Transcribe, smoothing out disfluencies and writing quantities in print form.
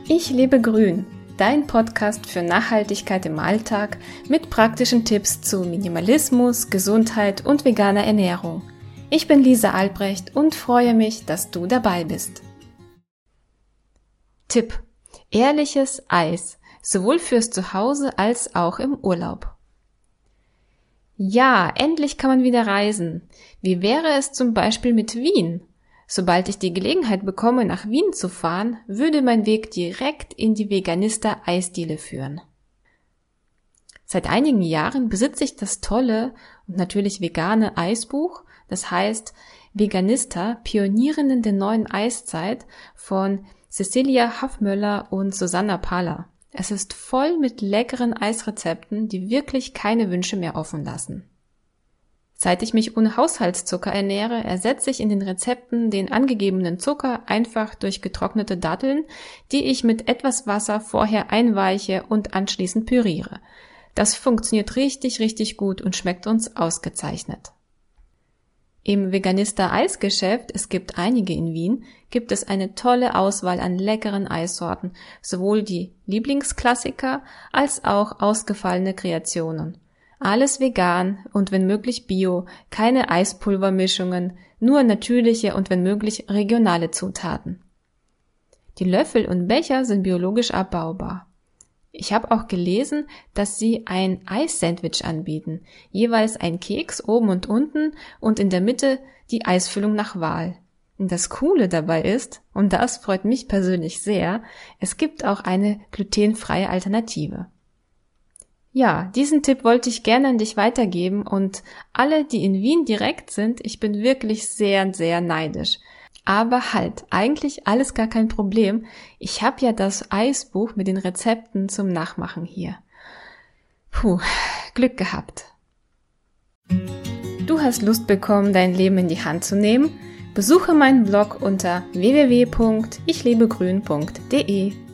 Ich lebe grün, dein Podcast für Nachhaltigkeit im Alltag mit praktischen Tipps zu Minimalismus, Gesundheit und veganer Ernährung. Ich bin Lisa Albrecht und freue mich, dass du dabei bist. Tipp: Ehrliches Eis, sowohl fürs Zuhause als auch im Urlaub. Ja, endlich kann man wieder reisen. Wie wäre es zum Beispiel mit Wien? Sobald ich die Gelegenheit bekomme, nach Wien zu fahren, würde mein Weg direkt in die Veganista-Eisdiele führen. Seit einigen Jahren besitze ich das tolle und natürlich vegane Eisbuch, das heißt Veganista, Pionierinnen der neuen Eiszeit von Cecilia Haffmöller und Susanna Pahler. Es ist voll mit leckeren Eisrezepten, die wirklich keine Wünsche mehr offen lassen. Seit ich mich ohne Haushaltszucker ernähre, ersetze ich in den Rezepten den angegebenen Zucker einfach durch getrocknete Datteln, die ich mit etwas Wasser vorher einweiche und anschließend püriere. Das funktioniert richtig gut und schmeckt uns ausgezeichnet. Im Veganista-Eisgeschäft, es gibt einige in Wien, gibt es eine tolle Auswahl an leckeren Eissorten, sowohl die Lieblingsklassiker als auch ausgefallene Kreationen. Alles vegan und wenn möglich bio, keine Eispulvermischungen, nur natürliche und wenn möglich regionale Zutaten. Die Löffel und Becher sind biologisch abbaubar. Ich habe auch gelesen, dass sie ein Eissandwich anbieten, jeweils ein Keks oben und unten und in der Mitte die Eisfüllung nach Wahl. Und das Coole dabei ist, und das freut mich persönlich sehr, es gibt auch eine glutenfreie Alternative. Ja, diesen Tipp wollte ich gerne an dich weitergeben und alle, die in Wien direkt sind, ich bin wirklich sehr neidisch. Aber halt, eigentlich alles gar kein Problem. Ich habe ja das Eisbuch mit den Rezepten zum Nachmachen hier. Puh, Glück gehabt. Du hast Lust bekommen, dein Leben in die Hand zu nehmen? Besuche meinen Blog unter www.ichlebegrün.de.